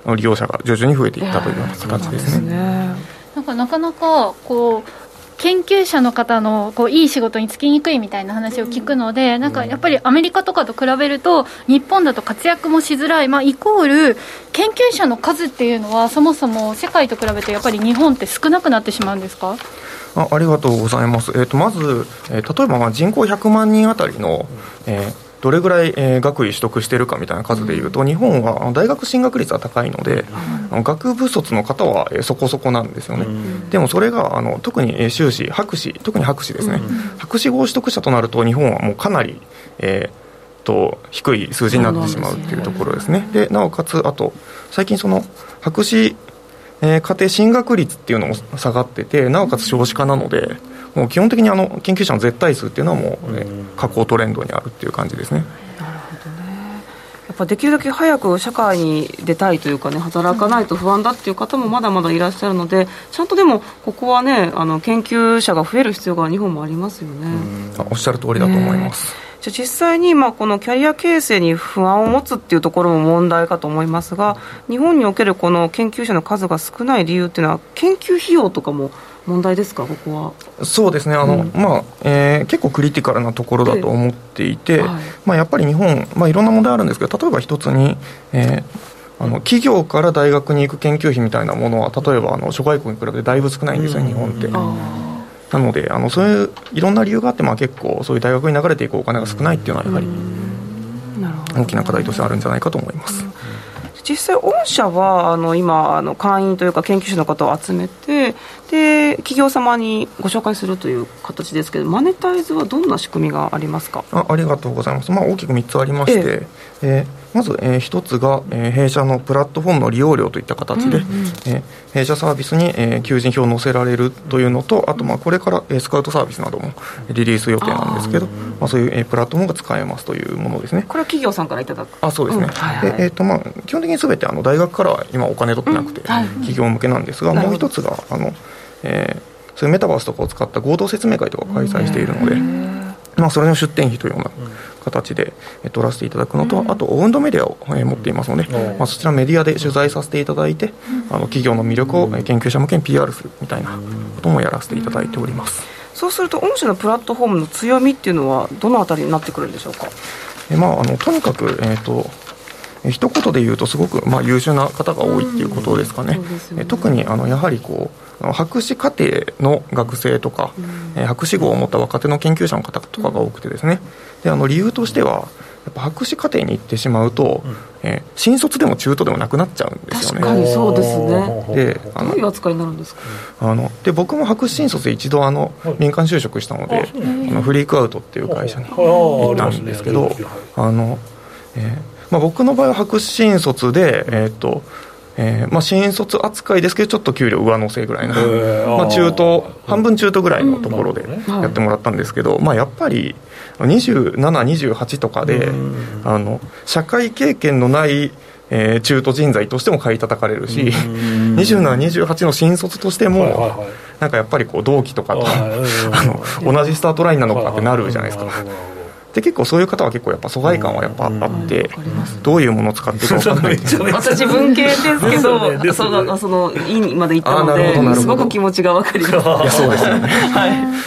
利用者が徐々に増えていったというような形ですね。 なんかなかなかこう研究者の方のこういい仕事に就きにくいみたいな話を聞くので、なんかやっぱりアメリカとかと比べると日本だと活躍もしづらい、まあ、イコール研究者の数っていうのはそもそも世界と比べてやっぱり日本って少なくなってしまうんですか？ あ, ありがとうございます。えー、とまず、えー、例えばまあ人口ひゃくまんにんあたりの、えーどれぐらい、えー、学位取得しているかみたいな数でいうと、日本は大学進学率は高いので、あの学部卒の方は、えー、そこそこなんですよね。でもそれがあの特に、えー、修士博士特に博士ですね、博士号取得者となると日本はもうかなり、えー、と低い数字になってしまうというところですね。でなおかつあと最近その博士、えー、課程進学率っていうのも下がってて、なおかつ少子化なのでもう基本的にあの研究者の絶対数っていうのはもう、ね、下降トレンドにあるっていう感じですね。 なるほどね。やっぱできるだけ早く社会に出たいというかね、働かないと不安だっていう方もまだまだいらっしゃるので、ちゃんとでもここはね、あの研究者が増える必要が日本もありますよね。 あおっしゃる通りだと思います。 じゃあ実際にまあこのキャリア形成に不安を持つっていうところも問題かと思いますが、日本におけるこの研究者の数が少ない理由っていうのは研究費用とかも問題ですか？ここは。 そうですね、あの、うんまあえー、結構クリティカルなところだと思っていて、えーはいまあ、やっぱり日本、まあ、いろんな問題あるんですけど、例えば一つに、えー、あの企業から大学に行く研究費みたいなものは例えばあの諸外国に比べてだいぶ少ないんですよ、うん、日本って。なのであのそういういろんな理由があって、まあ、結構そういう大学に流れていくお金が少ないっていうのはやはり大きな課題としてあるんじゃないかと思います。 実際御社はあの今あの会員というか研究者の方を集めて、で企業様にご紹介するという形ですけど、マネタイズはどんな仕組みがありますか？ あ, ありがとうございます、まあ、大きくみっつありまして、えええーまず、えー、ひとつが、えー、弊社のプラットフォームの利用料といった形で、うんうんえー、弊社サービスに、えー、求人票を載せられるというのと、あとまあこれから、えー、スカウトサービスなどもリリース予定なんですけど、まあ、そういう、えー、プラットフォームが使えますというものですね。 これは企業さんからいただく？ あそうですね、うんはいはいでえーとまあ、基本的に全てあの大学からは今お金取ってなくて、うんはい、企業向けなんですが、もう一つがあの、えー、そういうメタバースとかを使った合同説明会とかを開催しているので、まあ、それの出展費というような形で取らせていただくのと、あとオウンドメディアを持っていますので、まあ、そちらメディアで取材させていただいて、あの企業の魅力を研究者向けに ピーアール するみたいなこともやらせていただいております。 そうすると御社のプラットフォームの強みっていうのはどのあたりになってくるんでしょうか？ え、まあ、あのとにかく、えーと一言で言うとすごく、まあ、優秀な方が多いっていうことですかね。うん、ね特にあのやはりこう博士課程の学生とか、うん、博士号を持った若手の研究者の方とかが多くてですね、であの理由としてはやっぱ博士課程に行ってしまうと、うんえー、新卒でも中途でもなくなっちゃうんですよね。 確かにそうですね。 であのどういう扱いになるんですか？ あので僕も博士新卒で一度あの民間就職したので、あのフリークアウトっていう会社に行ったんですけど、あの、えーまあ、僕の場合は博士新卒で、えーとえーまあ、新卒扱いですけどちょっと給料上乗せぐらいな、まあ、中途半分中途ぐらいのところでやってもらったんですけど、まあ、やっぱりにじゅうなな、にじゅうはちとかであの社会経験のないえー、中途人材としても買い叩かれるし、にじゅうなな、にじゅうはちの新卒としても、はいはいはい、なんかやっぱりこう同期とかとあの同じスタートラインなのかってなるじゃないですか。で結構そういう方は結構やっぱ疎外感はやっぱあって、どういうものを使っていくか分からない私文系ですけどそのその院まで行ったのですごく気持ちが分かります。いやそうですよね、はい、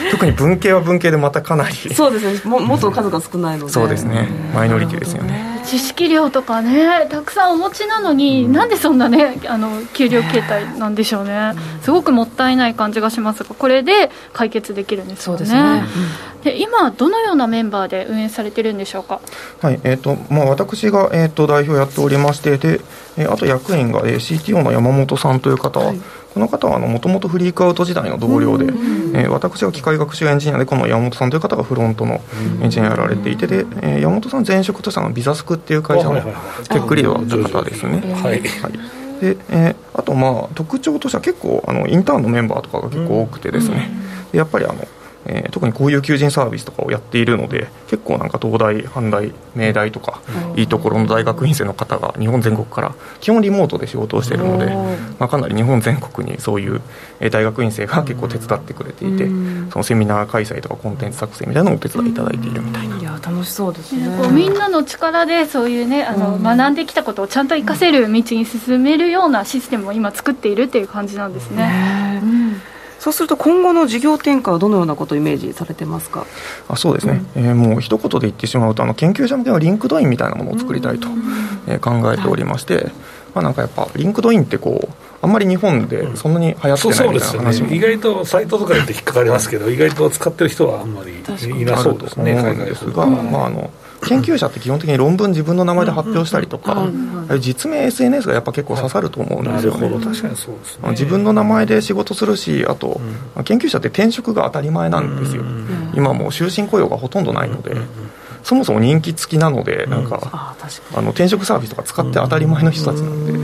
特に文系は文系でまたかなりそうですね、も, もっと数が少ないのでそうですね、マイノリティですよね。 知識量とかねたくさんお持ちなのに、うん、なんでそんなねあの給料形態なんでしょうね。すごくもったいない感じがしますが、これで解決できるんですよね。そうですね、うん、で今どのようなメンバーで運営されてるんでしょうか？ はいえーとまあ、私が、えー、と代表やっておりまして、で、えー、あと役員が、えー、シーティーオー の山本さんという方は、はい、この方はもともとフリークアウト時代の同僚で、うんうんえー、私は機械学習エンジニアで、この山本さんという方がフロントのエンジニアやられていて、で、えー、山本さん前職としたのはビザスクっていう会社のテックリードだった方ですね。はい、はいでえー、あと、まあ、特徴としては結構あのインターンのメンバーとかが結構多くてですね、うん、でやっぱりあのえー、特にこういう求人サービスとかをやっているので結構なんか東大、阪大、明大とかいいところの大学院生の方が日本全国から基本リモートで仕事をしているので、まあ、かなり日本全国にそういう大学院生が結構手伝ってくれていて、そのセミナー開催とかコンテンツ作成みたいなのをお手伝いいただいているみたいな。 いや楽しそうですね。 こうみんなの力でそういうねあの学んできたことをちゃんと活かせる道に進めるようなシステムを今作っているっていう感じなんですね。うん、 そうすると今後の事業展開はどのようなことをイメージされてますか？ あそうですね、うんえー、もう一言で言ってしまうとあの研究者向けのリンクドインみたいなものを作りたいと、えー、考えておりまして、はいまあ、なんかやっぱリンクドインってこうあんまり日本でそんなに流行ってないみたいな話も、 うん、意外とサイトとかで引っかかりますけど意外と使ってる人はあんまりいなそうですね。 海外ですが、まああの研究者って基本的に論文自分の名前で発表したりとか、うんうん、実名 エスエヌエス がやっぱ結構刺さると思うんですよね。 確かにそうですね。 自分の名前で仕事するしあと、うん、研究者って転職が当たり前なんですよ、うん、今もう終身雇用がほとんどないので、うん、そもそも人気付きなのでなんか、うん、ああの転職サービスとか使って当たり前の人たちなんで、うん、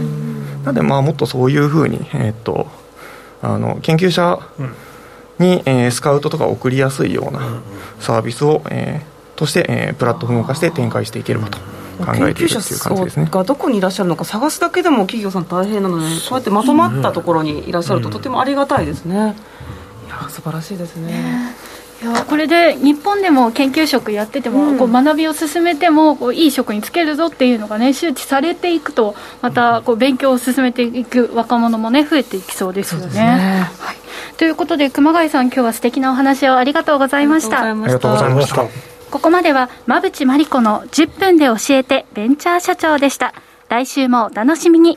なのでまあもっとそういうふうに、えー、っとあの研究者に、えー、スカウトとか送りやすいようなサービスを、えーとして、えー、プラットフォーム化して展開していければと考えているという感じですね。研究者がどこにいらっしゃるのか探すだけでも企業さん大変なのでそうやってまとまったところにいらっしゃるととてもありがたいですね。いや素晴らしいですね。 いやこれで日本でも研究職やってても、うん、こう学びを進めてもこういい職に就けるぞっていうのがね周知されていくとまたこう勉強を進めていく若者もね増えていきそうですよね。そうですね、はい、ということで熊谷さん今日は素敵なお話をありがとうございました。 ありがとうございました。 ここまでは馬淵真理子のじゅっぷんで教えてベンチャー社長でした。来週もお楽しみに。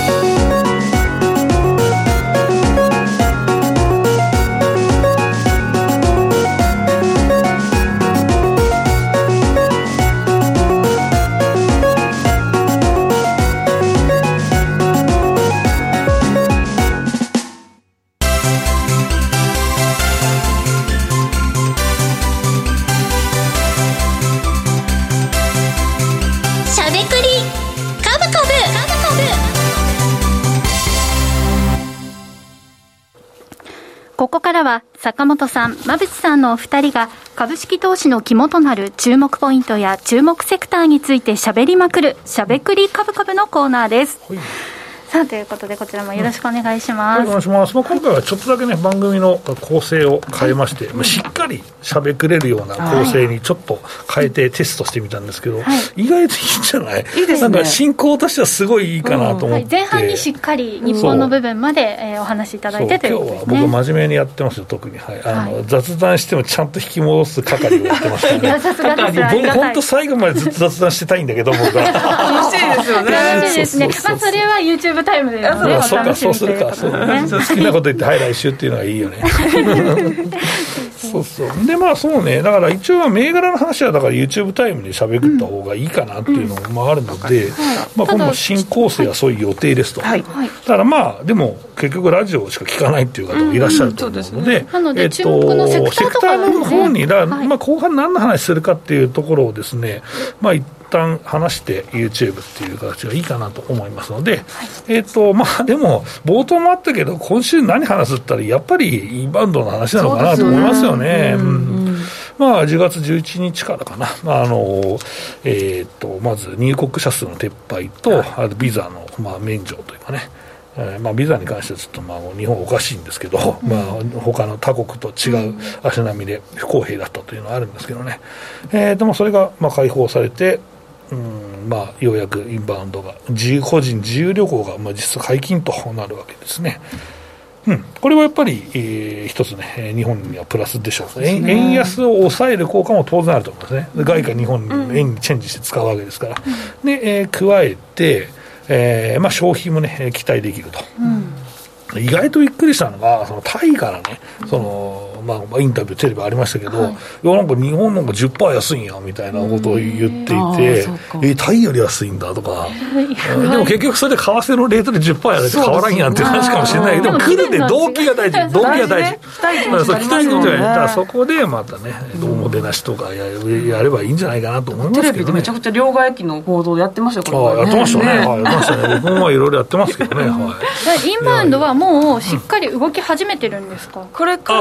ここからは坂本さん、馬淵さんのお二人が株式投資の肝となる注目ポイントや注目セクターについてしゃべりまくるしゃべくり株株のコーナーです。はい、さあということでこちらもよろしくお願いします。 うん、お願いします。まあ、今回はちょっとだけね番組の構成を変えまして、はいまあ、しっかりしゃべくれるような構成にちょっと変えてテストしてみたんですけど、はい、意外といいんじゃない？ いいですね。 なんか進行としてはすごいいいかなと思って、うんはい、 前半にしっかり日本の部分まで、えー、お話しいただいてということですね。 今日は僕真面目にやってますよ特に、はい、あの、はい、雑談してもちゃんと引き戻す係をやってますからね。いやさすがです。僕本当最後までずっと雑談してたいんだけど僕は楽しいですよね。 楽しいですね。まあそれは YouTube タイムでね。 そうかそうするかそう、ね、好きなこと言ってはい来週っていうのがいいよね。そうそうでまあそうねだから一応は銘柄の話はだから YouTube タイムで喋った方がいいかなっていうのもあるので、うんうんまあ、今後新構成はそういう予定ですと、はい、だからまあでも結局ラジオしか聞かないっていう方もいらっしゃると思うので、 なので注目のセクターとかの方にだから、はいまあ、後半何の話するかっていうところをですねまあ一旦話して YouTube っていう形がいいかなと思いますので、はいえーとまあ、でも冒頭もあったけど今週何話すったらやっぱりインバウンドの話なのかなと思いますよね。うんうんまあ、じゅうがつじゅういちにちからかな、まああのえー、とまず入国者数の撤廃と、はい、あとビザの、まあ、免除というかねえーまあ、ビザに関してはちょっとまあ日本おかしいんですけど、うんまあ、他の他国と違う足並みで不公平だったというのはあるんですけどね、えー、ともそれがまあ解放されてうんまあ、ようやくインバウンドが自由個人自由旅行がまあ実質解禁となるわけですね。うん、これはやっぱり、えー、一つね日本にはプラスでしょう、ね、円, 円安を抑える効果も当然あると思いますね。外貨日本に円にチェンジして使うわけですから、うん、で、えー、加えて、えーまあ、消費もね期待できると、うん、意外とびっくりしたのがそのタイからねそのまあ、インタビューテレビありましたけど、はい、いやなんか日本なんか じゅっパーセント 安いんやみたいなことを言っていてえタイより安いんだとかでも結局それで為替のレートで じゅっパーセント やられて変わらんやんっていう話かもしれないけどでも来るで動機が大事動機が大事期待のだからそこでまたねおもてなしとか や, やればいいんじゃないかなと思いますけど、ね、 テレビでめちゃくちゃ両替機の報道やってましたよこれ、ね、あやってましたね、ねはい、やってましたね僕もいろいろやってますけどね、はい、 インバウンドはもうしっかり動き始めてるんですか？ これからあこれから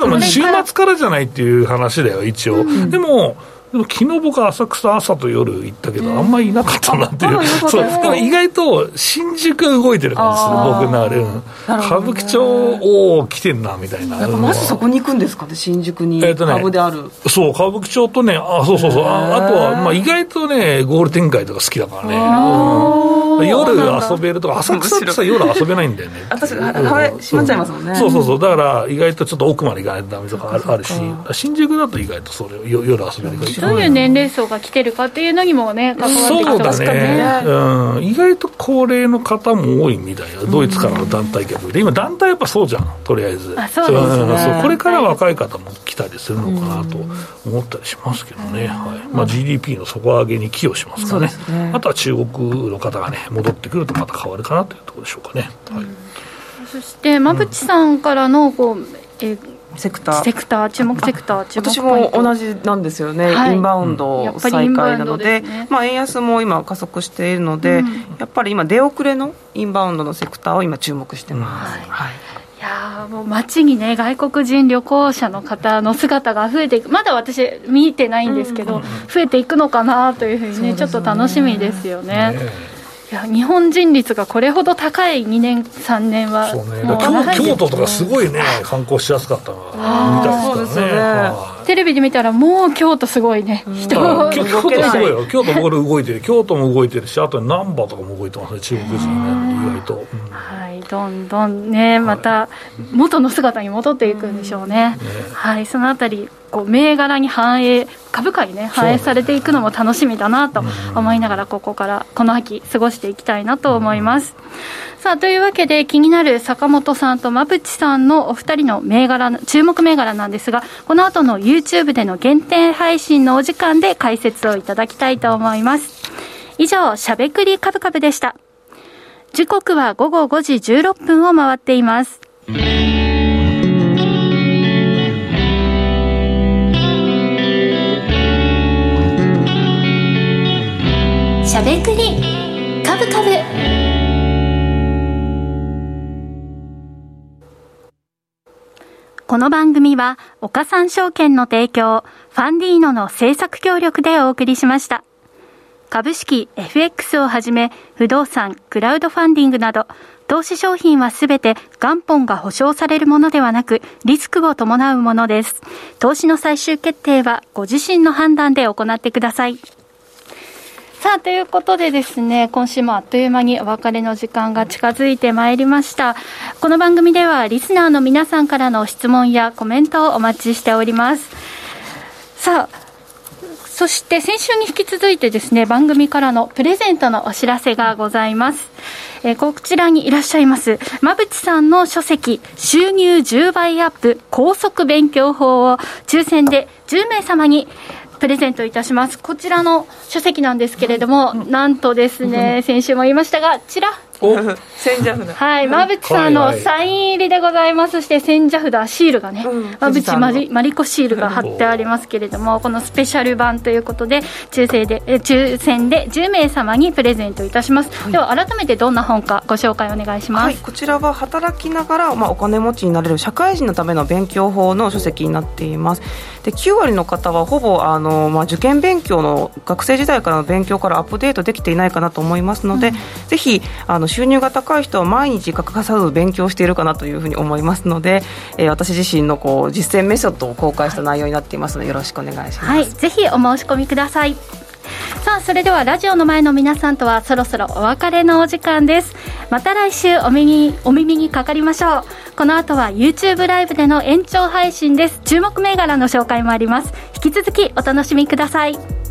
だもう週末からじゃないっていう話だよ一応、うん、でもでも昨日僕は浅草朝と夜行ったけど、あんまりいなかったなっていう、そうだから意外と新宿動いてる感じする僕のあれ、うん、歌舞伎町おお来てんなみたいな。 やっぱまずそこに行くんですかね、新宿に株である、えーね、そう歌舞伎町とね、あそうそうそう、あ, あとは、まあ、意外とねゴール展開とか好きだからね、うん、夜遊べるとか、浅草ってさ夜遊べないんだよね私は閉まっちゃいますもんね、 うん、そうそうそう、だから意外とちょっと奥まで行かないとダメとかあ る, あるし、新宿だと意外とそれ夜遊べるからどういう年齢層が来てるかっていうのにもね関わってきてますかね。 そうだね、うん、意外と高齢の方も多いみたいな、ドイツからの団体客で、今団体やっぱそうじゃん、とりあえず。 あそうですね、 そうこれから若い方も来たりするのかなと思ったりしますけどね、はいまあ、ジーディーピー の底上げに寄与しますからね、ね、あとは中国の方がね戻ってくるとまた変わるかなというところでしょうかね、はい、 そして馬淵さんからのこう、えーセクターセクター注目セクター注目私も同じなんですよね、はい、インバウンド再開なので、ねまあ、円安も今加速しているので、うん、やっぱり今出遅れのインバウンドのセクターを今注目してます、うんはいはいいやもう街にね外国人旅行者の方の姿が増えていく、まだ私見てないんですけど、うん、増えていくのかなというふうにね、ちょっと楽しみですよね。ねいや日本人率がこれほど高いにねんさんねんはそう、ね、 京, 京都とかすごいね観光しやすかったのが見たいですからね。 テレビで見たらもう京都すごいね、人が京都すごいよ、京都も動いてる京都も動いてるし、あと難波とかも動いてますね、中国人ね意外と、うん、 はいどんどんねまた元の姿に戻っていくんでしょうね、ねはいそのあたりこう銘柄に反映株価にね反映されていくのも楽しみだなと思いながらここからこの秋過ごしていきたいなと思います。さあというわけで気になる坂本さんと馬淵さんのお二人の銘柄注目銘柄なんですが、この後の YouTube での限定配信のお時間で解説をいただきたいと思います。以上しゃべくりカブカブでした。時刻は午後ごじじゅうろっぷんを回っています。 しゃべくりカブカブ。 この番組は岡三証券の提供、ファンディーノの制作協力でお送りしました。株式 エフエックス をはじめ不動産、クラウドファンディングなど投資商品はすべて元本が保証されるものではなくリスクを伴うものです。投資の最終決定はご自身の判断で行ってください。さあということでですね、今週もあっという間にお別れの時間が近づいてまいりました。この番組ではリスナーの皆さんからの質問やコメントをお待ちしております。さあそして先週に引き続いてですね、番組からのプレゼントのお知らせがございます。えー、こちらにいらっしゃいます馬淵さんの書籍収入じゅうばいアップ高速勉強法を抽選でじゅうめい様にプレゼントいたします。こちらの書籍なんですけれども、うん、なんとですね、うん、先週も言いましたがちら千社札、 はい、馬淵さんのサイン入りでございます。そして千社札シールがね、馬淵マリ、マリコシールが貼ってありますけれども、このスペシャル版ということで抽選でえ抽選でじゅうめい様にプレゼントいたします。はい、では改めてどんな本かご紹介お願いします。はい、 こちらは働きながら、まあ、お金持ちになれる社会人のための勉強法の書籍になっています。できゅうわりの方はほぼあの、まあ、受験勉強の学生時代からの勉強からアップデートできていないかなと思いますので、うん、ぜひあの収入が高い人は毎日欠かさず勉強しているかなというふうに思いますので、えー、私自身のこう実践メソッドを公開した内容になっていますのでよろしくお願いします。 はい、ぜひお申し込みください。さあそれではラジオの前の皆さんとはそろそろお別れのお時間です。また来週お耳、お耳にかかりましょう。この後は YouTube ライブでの延長配信です。注目銘柄の紹介もあります。引き続きお楽しみください。